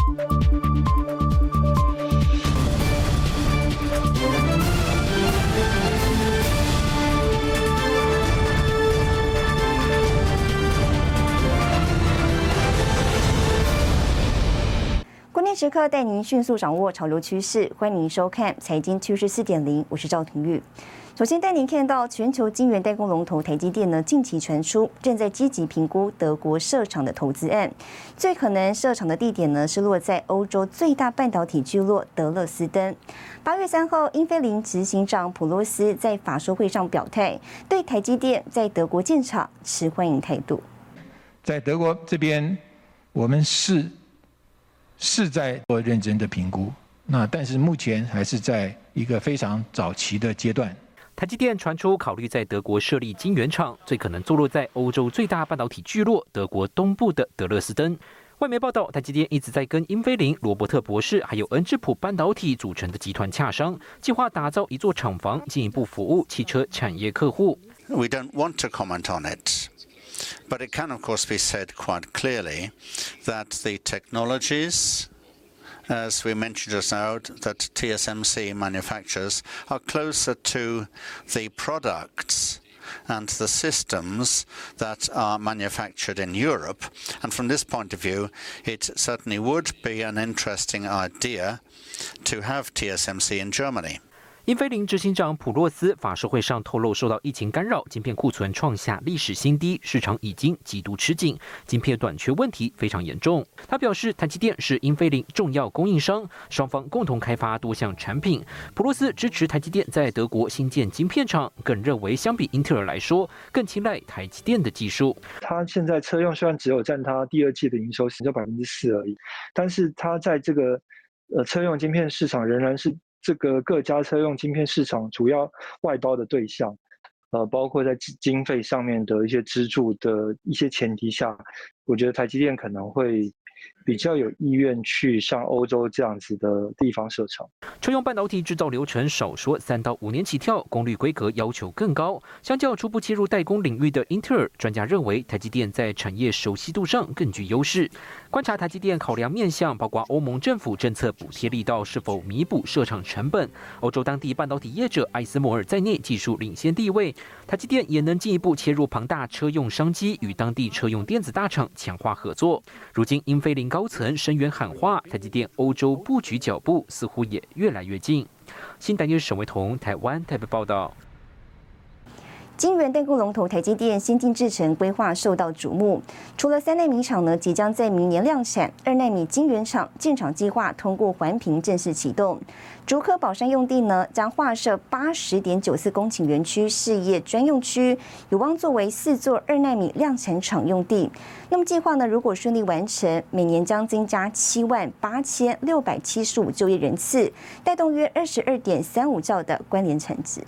关键时刻带您迅速掌握潮流趋势，欢迎您收看《财经趋势4.0》，我是赵廷玉。首先带您看到全球晶圆代工龙头台积电呢，近期传出正在积极评估德国设厂的投资案，最可能设厂的地点呢是落在欧洲最大半导体聚落德勒斯登。8月3号，英飞凌执行长普洛斯在法说会上表态，对台积电在德国建厂持欢迎态度。 在德国这边，我们是在做认真的评估，但是目前还是在一个非常早期的阶段。 台积电传出考虑在德国设立晶圆厂，最可能坐落在欧洲最大半导体聚落德国东部的德勒斯登。外媒报道，台积电一直在跟英飞凌、罗伯特博士还有恩智浦半导体组成的集团洽商，计划打造一座厂房，进一步服务汽车产业客户。 We don't want to comment on it, but it can of course be said quite clearly that the technologies, as we mentioned just now, that TSMC manufactures are closer to the products and the systems that are manufactured in Europe. And from this point of view, it certainly would be an interesting idea to have TSMC in Germany. 英飞凌执行长普洛斯法说会上透露，受到疫情干扰，晶片库存创下历史新低，市场已经极度吃紧，晶片短缺问题非常严重。他表示，台积电是英飞凌重要供应商，双方共同开发多项产品。普洛斯支持台积电在德国新建晶片厂，更认为相比英特尔来说，更青睐台积电的技术。 他现在车用虽然只有占他第二季的营收只有4%而已，但是他在这个车用晶片市场仍然是这个各家车用晶片市场主要外包的对象，包括在经费上面的一些资助的一些前提下，我觉得台积电可能会比较有意愿去像欧洲这样子的地方设厂。 车用半导体制造流程少说3到5年起跳，功率规格要求更高。相较初步切入代工领域的英特尔，专家认为台积电在产业熟悉度上更具优势。观察台积电考量面向，包括欧盟政府政策补贴力道是否弥补设厂成本，欧洲当地半导体业者艾斯摩尔在内技术领先地位，台积电也能进一步切入庞大车用商机，与当地车用电子大厂强化合作。如今英飞凌高层声援喊话，台积电欧洲布局脚步似乎也越来越近。新台电沈维彤台湾台北报道。 晶圆代工龙头台积电先进制程规划受到瞩目，除了3奈米厂呢即将在明年量产，2奈米晶圆厂建厂计划通过环评正式启动。竹科宝山用地呢将划设80.94公顷园区事业专用区，有望作为4座2奈米量产厂用地。那么计划呢如果顺利完成，每年将增加78675就业人次，带动约22.35兆的关联产值。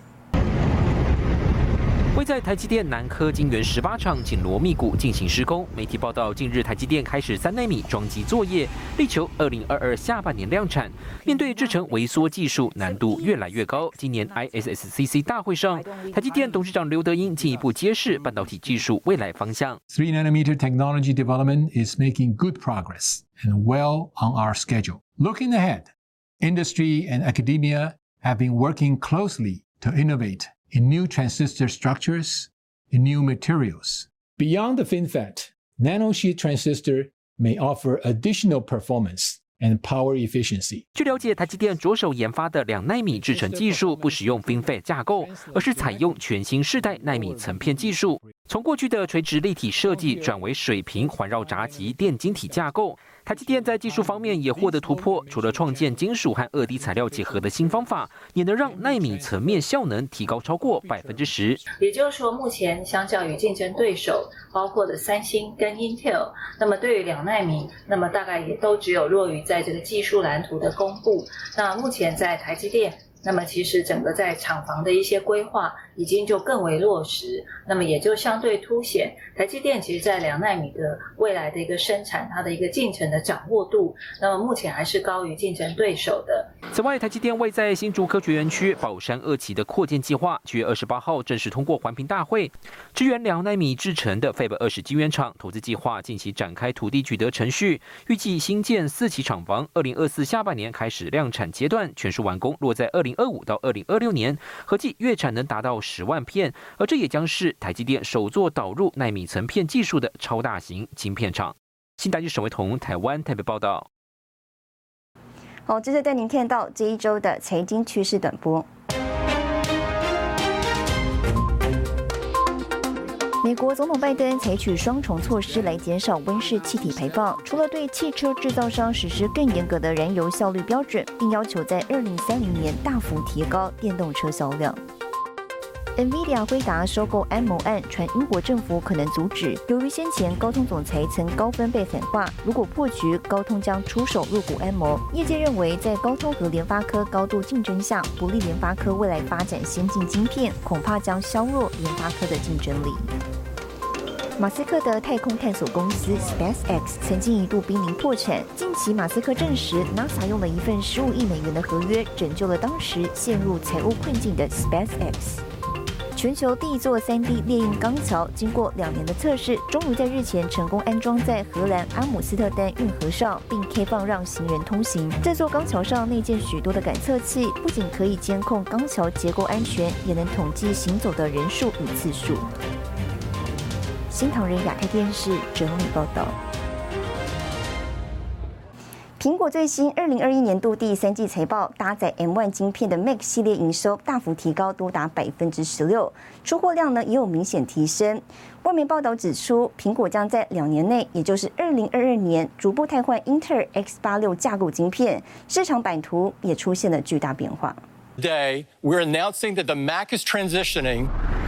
位在台积电南科晶圆18厂紧锣密鼓进行施工。媒体报道，近日台积电开始3奈米装机作业，力求2022下半年量产。面对制程微缩技术难度越来越高，今年 ISSCC 大会上，台积电董事长刘德英进一步揭示半导体技术未来方向。 3 nanometer technology development is making good progress and well on our schedule. Looking ahead, industry and academia have been working closely to innovate in new transistor structures, in new materials. Beyond the FinFET, nanosheet transistor may offer additional performance and power efficiency. 据了解，台积电着手研发的2奈米制程技术不使用 FinFET 架构，而是采用全新世代奈米层片技术，从过去的垂直立体设计转为水平环绕闸极电晶体架构。台积电在技术方面也获得突破，除了创建金属和2D 材料结合的新方法，也能让奈米层面效能提高超过10%。 也就是说，目前相较于竞争对手，包括的三星跟 Intel， 那么对于2奈米，那么大概也都只有落于在这个技术蓝图的公布。那目前在台积电，那么其实整个在厂房的一些规划已经就更为落实，那么也就相对凸显台积电其实在2奈米的未来的一个生产，它的一个进程的掌握度，那么目前还是高于竞争对手的。 此外，台积电位在新竹科学园区宝山2期的扩建计划，9月28号正式通过环评大会，支援2奈米制程的 Fab 20晶圆厂投资计划近期展开土地取得程序，预计新建4期厂房，2024下半年开始量产阶段，全数完工落在2025到2026年，合计月产能达到10万片，而这也将是台积电首座导入奈米层片技术的超大型晶片厂。新台剧沈维彤台湾台北报道。 好，接着带您看到这一周的财经趋势短波。美国总统拜登采取双重措施来减少温室气体排放，除了对汽车制造商实施更严格的燃油效率标准，并要求在2030年大幅提高电动车销量。NVIDIA 辉达收购安谋案传英国政府可能阻止，由于先前高通总裁曾高分贝喊话，如果破局，高通将出手入股安谋。业界认为，在高通和联发科高度竞争下，不利联发科未来发展先进晶片，恐怕将削弱联发科的竞争力。马斯克的太空探索公司 SpaceX 曾经一度濒临破产，近期马斯克证实 NASA 用了一份15亿美元的合约，拯救了当时陷入财务困境的 SpaceX。全球第一座3D 列印钢桥，经过2年的测试，终于在日前成功安装在荷兰阿姆斯特丹运河上，并开放让行人通行。这座钢桥上内建许多的感测器，不仅可以监控钢桥结构安全，也能统计行走的人数与次数。新唐人亚太电视整理报道。苹果最新2021年度第3季财报，搭载 M1 晶片的 Mac 系列营收大幅提高，多达16%，出货量呢也有明显提升。外媒报道指出，苹果将在2年内，也就是2022年，逐步汰换英特尔 X86 架构晶片，市场版图也出现了巨大变化。 Today, we're announcing that the Mac is transitioning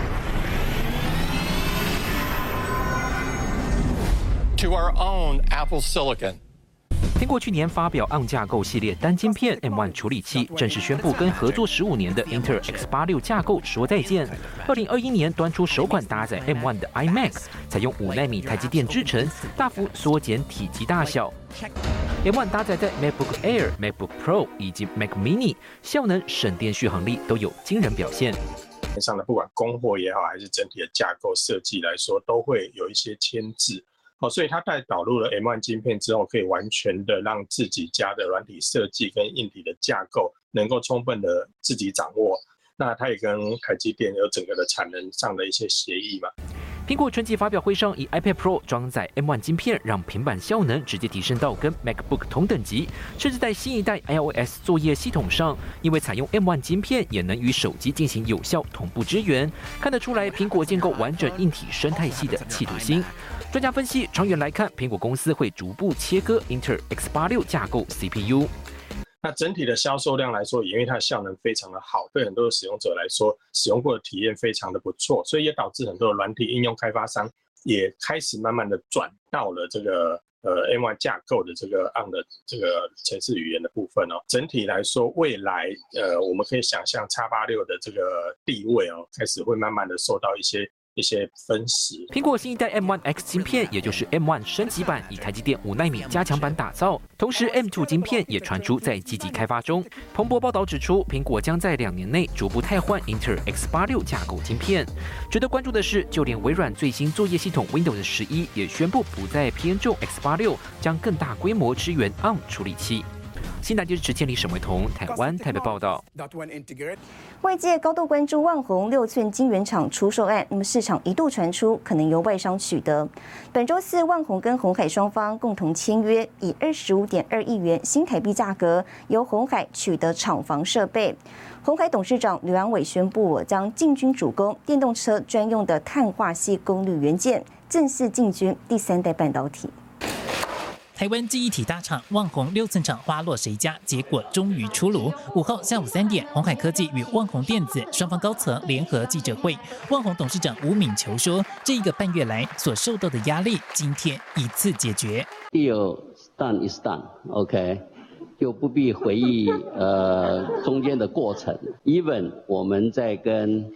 to our own Apple Silicon. 苹果去年发表 ARM 架构系列单晶片 M1 处理器，正式宣布跟合作15年的英特尔 X86 架构说再见。2021年端出首款搭载 M1 的 iMac， 采用5奈米台积电制程，大幅缩减体积大小。M1 搭载在 MacBook Air、MacBook Pro 以及 Mac Mini， 效能、省电、续航力都有惊人表现。 上的不管供货也好，还是整体的架构设计来说，都会有一些牵制。所以它在导入了 M1 晶片之后，可以完全的让自己家的软体设计跟硬体的架构能够充分的自己掌握。那它也跟台积电有整个的产能上的一些协议嘛。 苹果春季发表会上以 iPad Pro 装载 M1 晶片，让平板效能直接提升到跟 MacBook 同等级，甚至在新一代 iOS 作业系统上，因为采用 M1 晶片，也能与手机进行有效同步支援。看得出来，苹果建构完整硬体生态系的企图心。专家分析，长远来看，苹果公司会逐步切割英特尔 X86 架构 CPU。 那整体的销售量来说，因为它的效能非常的好，对很多的使用者来说，使用过的体验非常的不错，所以也导致很多的软体应用开发商也开始慢慢的转到了这个M1 架构的这个 ARM 的这个程式语言的部分哦。整体来说，未来我们可以想象 X86 的这个地位哦，开始会慢慢的受到一些分食。 苹果新一代 M1X 晶片，也就是 M1 升级版，以台积电5奈米加强版打造。同时 ，M2 晶片也传出在积极开发中。彭博报道指出，苹果将在2年内逐步汰换英特尔 X86 架构晶片。值得关注的是，就连微软最新作业系统 Windows 11也宣布不再偏重 X86， 将更大规模支援 ARM 处理器。新台电视陈千里、沈维彤，台湾台北报道。 外界高度关注旺宏6寸晶圆厂出售案，那么市场一度传出可能由外商取得。本周四，旺宏跟鸿海双方共同签约，以25.2亿元新台币价格，由鸿海取得厂房设备。鸿海董事长刘扬伟宣布，将进军主攻电动车专用的碳化矽功率元件，正式进军第3代半导体。 台湾记忆体大厂旺宏6寸厂花落谁家？结果终于出炉。午后下午3点，鸿海科技与旺宏电子双方高层联合记者会。旺宏董事长吴敏球说，这1个半月来所受到的压力，今天一次解决。 Deal done is done, OK， 就不必回忆中间的过程。Even 我们在跟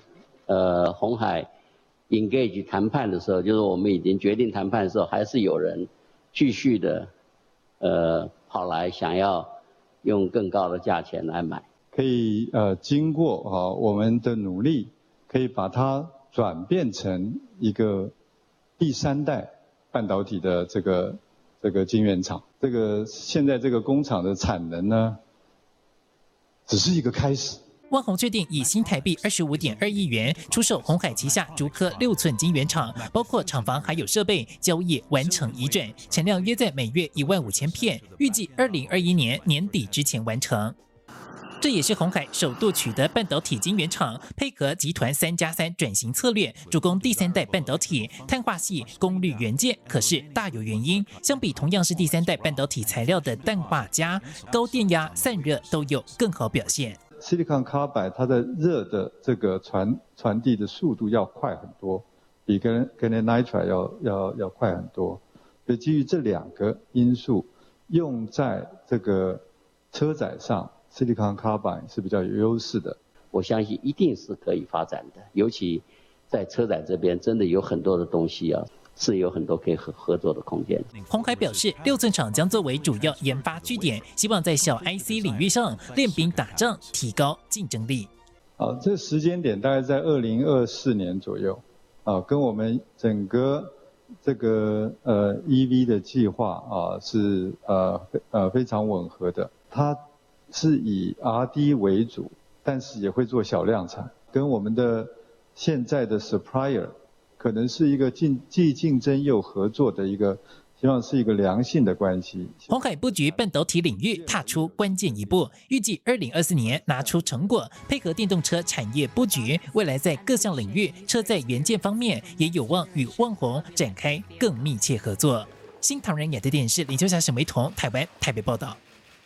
鸿海 engage 谈判的时候，就是我们已经决定谈判的时候，还是有人继续的跑来想要用更高的价钱来买。 可以经过我们的努力，可以把它转变成一个第3代半导体的这个晶圆厂。现在这个工厂的产能呢，只是一个开始。 旺宏确定以新台币25.2亿元出售鸿海旗下竹科6寸晶圆厂，包括厂房还有设备，交易完成移转，产量约在每月15000片，预计2021年年底之前完成。这也是鸿海首度取得半导体晶圆厂，配合集团3+3转型策略，主攻第3代半导体碳化系功率元件。可是大有原因，相比同样是第3代半导体材料的氮化镓，高电压、散热都有更好表现。 Silicon Carbide 它的热的这个传递的速度要快很多，比Gallium Nitride 要快很多。所以基于这2个因素，用在这个车载上。Silicon Carbide 是比较有优势的， 我相信一定是可以发展的。尤其在车载这边，真的有很多的东西啊，是有很多可以合作的空间。 鸿海表示，6寸厂将作为主要研发据点，希望在小 IC 领域上练兵打仗，提高竞争力。 这时间点大概在2024年左右，跟我们整个这个EV 的计划是非常吻合的。它是以 R&D 为主，但是也会做小量产，跟我们的现在的 supplier 可能是一个既竞争又合作的一个，希望是一个良性的关系。 鸿海布局半导体领域踏出关键一步，预计2024年拿出成果，配合电动车产业布局，未来在各项领域车载元件方面也有望与旺宏展开更密切合作。新唐人亚太电视林秋霞、沈维彤台湾台北报道。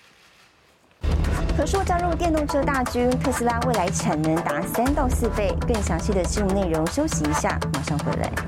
和硕加入电动车大军，特斯拉未来产能达3到4倍。更详细的新闻内容，休息一下，马上回来。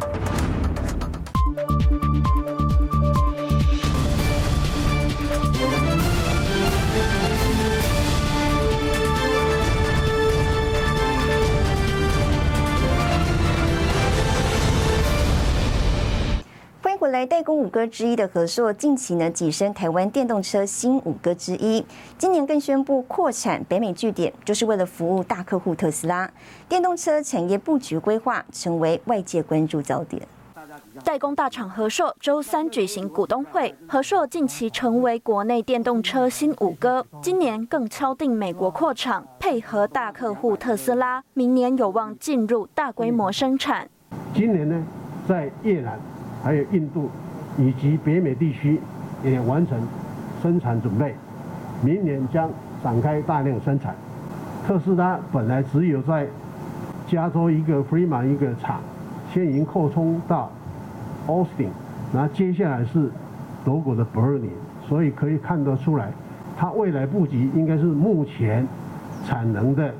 回来，代工5哥之一的和硕，近期呢跻身台湾电动车新5哥之一。今年更宣布扩产北美据点，就是为了服务大客户特斯拉。电动车产业布局规划成为外界关注焦点。 代工大厂和硕周3举行股东会，和硕近期成为国内电动车新5哥，今年更敲定美国扩厂，配合大客户特斯拉，明年有望进入大规模生产。 今年呢，在越南、还有印度以及北美地区也完成生产准备，明年将展开大量生产。特斯拉本来只有在加州一个 Fremont 一个厂，现在已经扩充到 Austin， 然后接下来是德国的 Berlin， 所以可以看得出来，它未来布局应该是目前产能的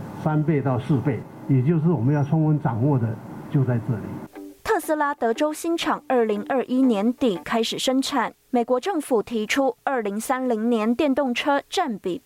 3倍到4倍，也就是我们要充分掌握的就在这里。 特斯拉德州新厂2021年底开始生产，美国政府提出2030年电动车占比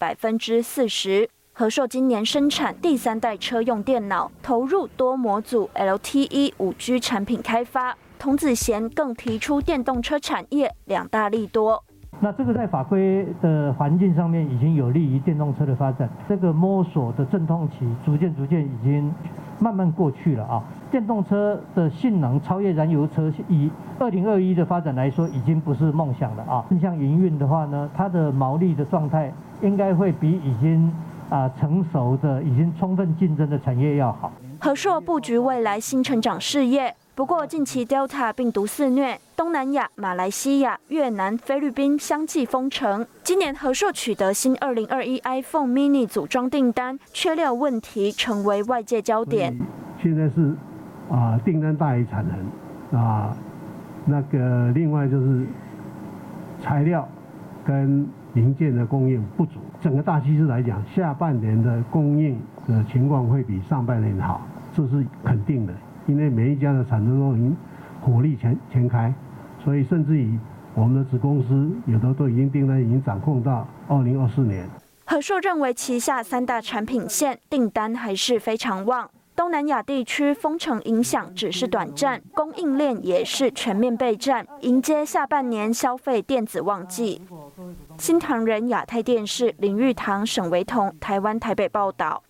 40%。和硕今年生产第3代车用电脑，投入多模组 LTE 5G 产品开发。童子贤更提出电动车产业2大利多。 那这个在法规的环境上面已经有利于电动车的发展，这个摸索的阵痛期逐渐已经慢慢过去了啊。电动车的性能超越燃油车，以2021的发展来说，已经不是梦想了啊。正向营运的话呢，它的毛利的状态应该会比已经成熟的、已经充分竞争的产业要好。 和硕布局未来新成长事业。不过，近期 Delta 病毒肆虐，东南亚、马来西亚、越南、菲律宾相继封城。今年和硕取得新2021 iPhone mini 组装订单，缺料问题成为外界焦点。 现在是订单大于产能那个另外就是材料跟零件的供应不足。整个大趋势来讲，下半年的供应的情况会比上半年好，这是肯定的。因为每一家的产能都已经火力全开，所以甚至于我们的子公司有的都已经订单已经掌控到2024年。 和硕认为旗下3大产品线订单还是非常旺， 东南亚地区封城影响只是短暂，供应链也是全面备战，迎接下半年消费电子旺季。新唐人亚太电视林玉堂、沈维彤，台湾台北报道。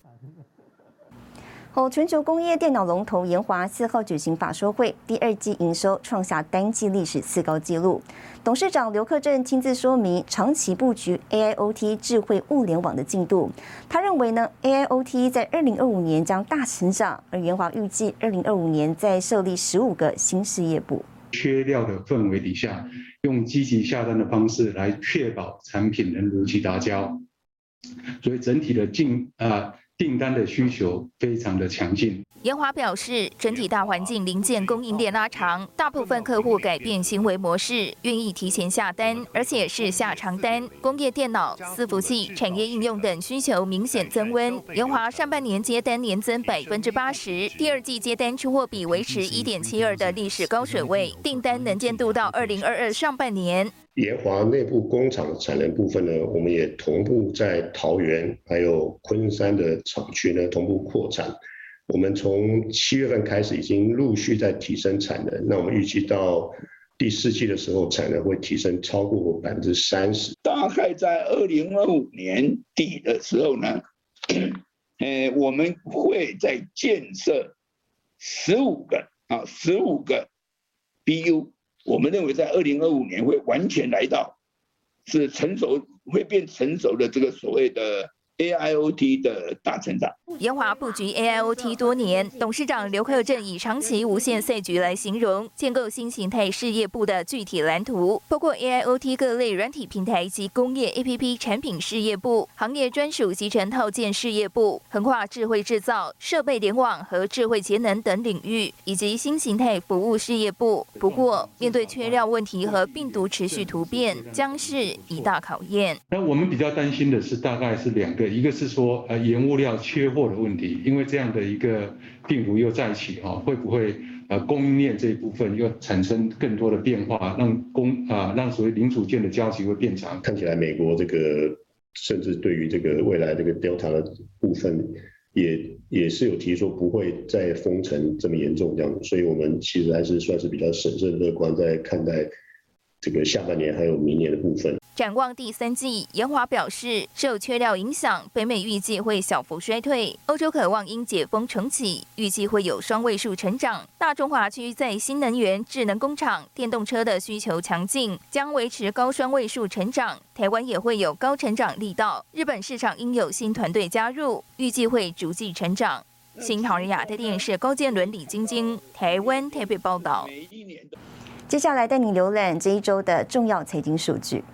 全球工业电脑龙头研华4号举行法说会，第2季营收创下单季历史次高纪录。董事长刘克正亲自说明长期布局 AIoT 智慧物联网的进度。他认为呢 ，AIoT 在2025年将大成长，而研华预计2025年再设立15个新事业部。 缺料的氛围底下，用积极下单的方式来确保产品能如期达交，所以整体的订单的需求非常的强劲。 研华表示，整体大环境零件供应链拉长，大部分客户改变行为模式，愿意提前下单，而且是下长单。工业电脑、伺服器、产业应用等需求明显增温。研华上半年接单年增80%，第2季接单出货比维持1.72的历史高水位，订单能见度到2022上半年。 研华内部工厂的产能部分呢，我们也同步在桃园还有昆山的厂区呢同步扩产。我们从7月份开始已经陆续在提升产能，那我们预计到第4季的时候，产能会提升超过30%。 大概在2025年底的时候呢，我们会在建设15个 BU。我们认为在2025年会完全来到是成熟，会变成熟的这个所谓的 AIoT 的大成长。 研华布局 AIoT 多年，董事长刘克正以长期无限赛局来形容建构新形态事业部的具体蓝图，包括 AIoT 各类软体平台及工业 APP 产品事业部、行业专属集成套件事业部，横跨智慧制造、设备联网和智慧节能等领域，以及新形态服务事业部。不过，面对缺料问题和病毒持续突变，将是一大考验。 那我们比较担心的是，大概是2个，一个是说原物料缺货的问题，因为这样的一个病毒又再起会不会供应链这一部分又产生更多的变化，让所谓零组件的交期会变长。 看起来美国这个甚至对于这个未来这个 Delta 的部分也是有提说不会再封城这么严重这样，所以我们其实还是算是比较审慎乐观在看待这个下半年还有明年的部分。 展望第3季，研华表示，受缺料影响，北美预计会小幅衰退，欧洲渴望因解封重启，预计会有双位数成长。大中华区在新能源、智能工厂、电动车的需求强劲，将维持高双位数成长。台湾也会有高成长力道，日本市场应有新团队加入，预计会逐季成长。新唐人亚太电视高建伦、李晶晶，台湾台北报道。 接下来带你浏览这一周的重要财经数据。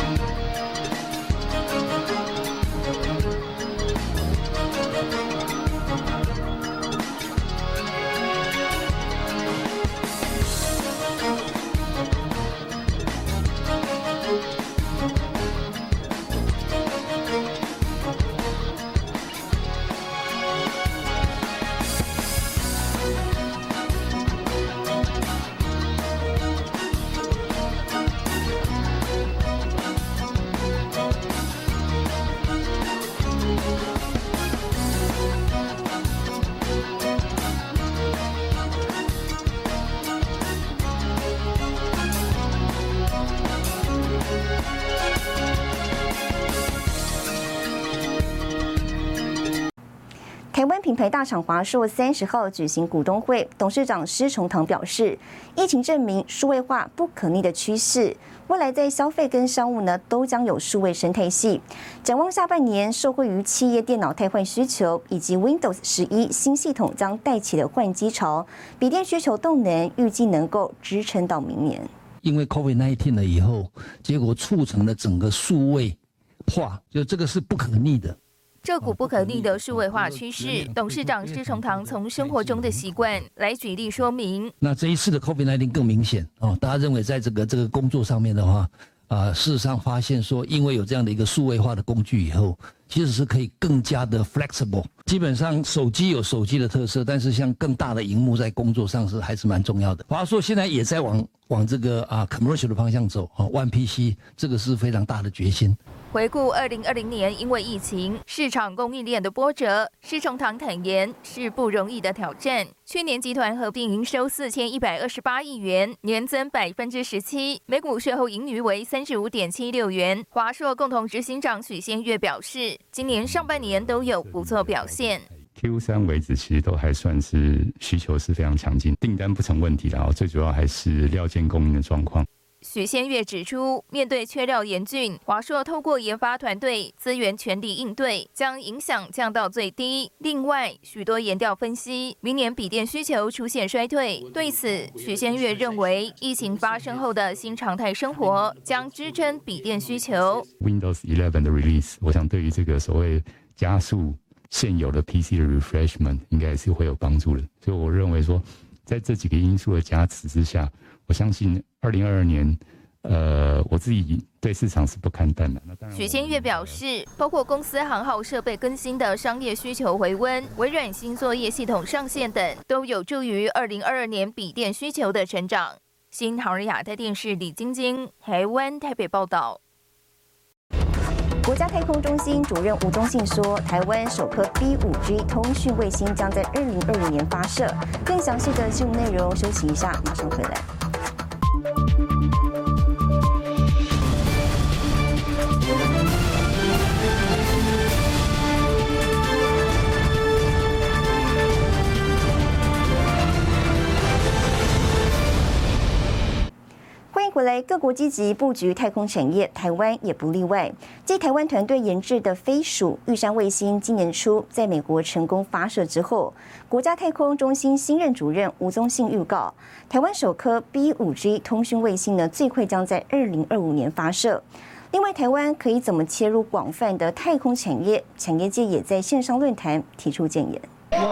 台湾品牌大厂华硕30号举行股东会，董事长施崇棠表示，疫情证明数位化不可逆的趋势，未来在消费跟商务呢都将有数位生态系。展望下半年，受惠于企业电脑汰换需求以及 Windows 11新系统将带起的换机潮，笔电需求动能预计能够支撑到明年。 因为 COVID-19 了以后，结果促成了整个数位化，就这个是不可逆的。 这股不可逆的数位化趋势，董事长施崇棠从生活中的习惯来举例说明。 那这一次的 COVID-19 更明显哦，大家认为在这个工作上面的话，事实上发现说，因为有这样的一个数位化的工具以后，其实是可以更加的 flexible。基本上手机有手机的特色，但是像更大的荧幕在工作上还是蛮重要的。华硕现在也在往这个commercial 的方向走，One PC 这个是非常大的决心。 回顾2020年，因为疫情、市场供应链的波折，施崇棠坦言是不容易的挑战。去年集团合并营收4128亿元，年增17%，每股税后盈余为35.76元。华硕共同执行长许先月表示，今年上半年都有不错表现。 Q3 为止，其实都还算是需求是非常强劲，订单不成问题啦。最主要还是料件供应的状况。 许先月指出，面对缺料严峻，华硕透过研发团队资源全力应对，将影响降到最低。另外，许多研调分析，明年笔电需求出现衰退。对此，许先月认为，疫情发生后的新常态生活将支撑笔电需求。 Windows 11的 release， 我想对于这个所谓加速现有的 PC 的 refreshment 应该是会有帮助的。所以我认为说，在这几个因素的加持之下，我相信2022年，我自己对市场是不看淡的。 许先月表示，包括公司行号设备更新的商业需求回温、微软新作业系统上线等，都有助于2022年笔电需求的成长。新唐人亚太电视李晶晶台湾台北报道。 国家太空中心主任吴宗信说，台湾首颗 B5G 通讯卫星将在2025年发射。更详细的新闻内容，休息一下，马上回来。欢迎回来，各国积极布局太空产业，台湾也不例外。继台湾团队研制的飞鼠玉山卫星今年初在美国成功发射之后，国家太空中心新任主任吴宗信预告，台湾首颗 B5G 通讯卫星呢，最快将在2025年发射。另外，台湾可以怎么切入广泛的太空产业？产业界也在线上论坛提出建言。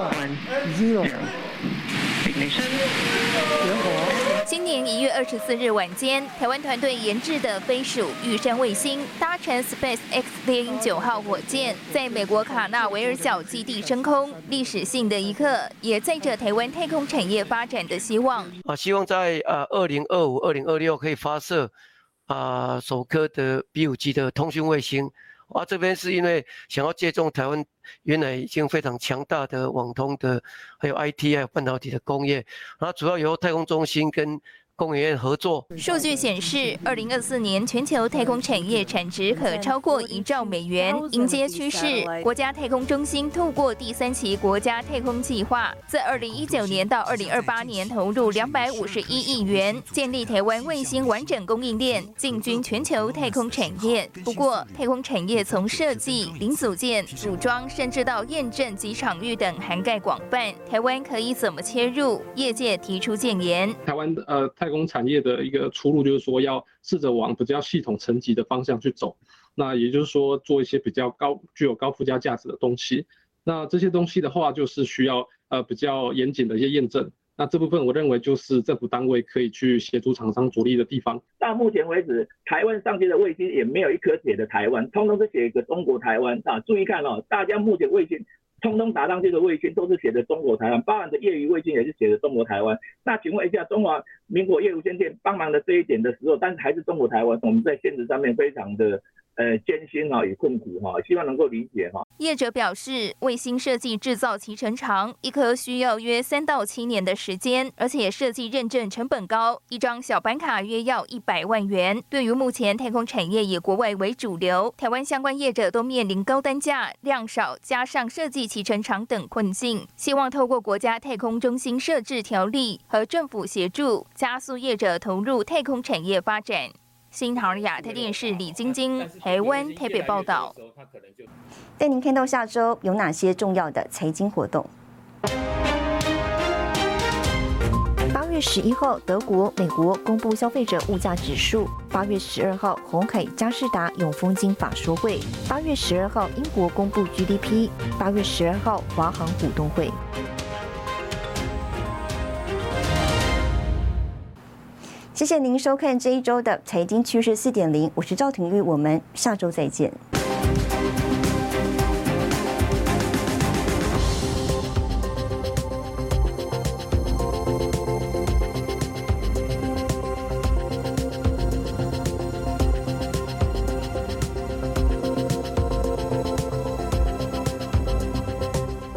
今年1月24日晚间，台湾团队研制的飞鼠玉山卫星搭乘 SpaceX 猎鹰9号火箭，在美国卡纳维尔角基地升空，历史性的一刻，也载着台湾太空产业发展的希望。 希望在2025、2026可以发射首颗的 B5G 的通讯卫星。这边是因为想要借重台湾原来已经非常强大的网通的，还有 IT 还有半导体的工业，然后主要由太空中心跟工研院合作。 数据显示，2024年全球太空产业产值可超过1兆美元。迎接趋势，国家太空中心透过第3期国家太空计划，自2019年到2028年投入251亿元，建立台湾卫星完整供应链，进军全球太空产业。不过，太空产业从设计、零组件、组装，甚至到验证及场域等涵盖广泛。台湾可以怎么切入？业界提出建言。 台湾太空产业的一个出路就是说，要试着往比较系统层级的方向去走。那也就是说，做一些比较具有高附加价值的东西。那这些东西的话，就是需要比较严谨的一些验证。那这部分我认为就是政府单位可以去协助厂商着力的地方。 到目前为止，台湾上街的卫星也没有一颗写的台湾，通通是写一个中国台湾啊！注意看哦，大家目前卫星通通打上去的卫星都是写的中国台湾，包含的业余卫星也是写的中国台湾。那请问一下，中华民国业务先进帮忙的这一点的时候，但是还是中国台湾，我们在现实上面非常的艰辛与困苦希望能够理解业者表示，卫星设计制造期程长，一颗需要约3到7年的时间，而且设计认证成本高，一张小板卡约要100万元。对于目前太空产业以国外为主流，台湾相关业者都面临高单价、量少，加上设计期程长等困境，希望透过国家太空中心设置条例和政府协助，加速业者投入太空产业发展。新唐人亚太电视李晶晶台湾台北报道。 带您看到下周有哪些重要的财经活动。8月11号，德国、美国公布消费者物价指数。8月12号，鸿海、佳士达、永丰金法说会。8月12号，英国公布 GDP。8月12号，华航股东会。谢谢您收看这一周的财经趋势4.0，我是赵廷玉，我们下周再见。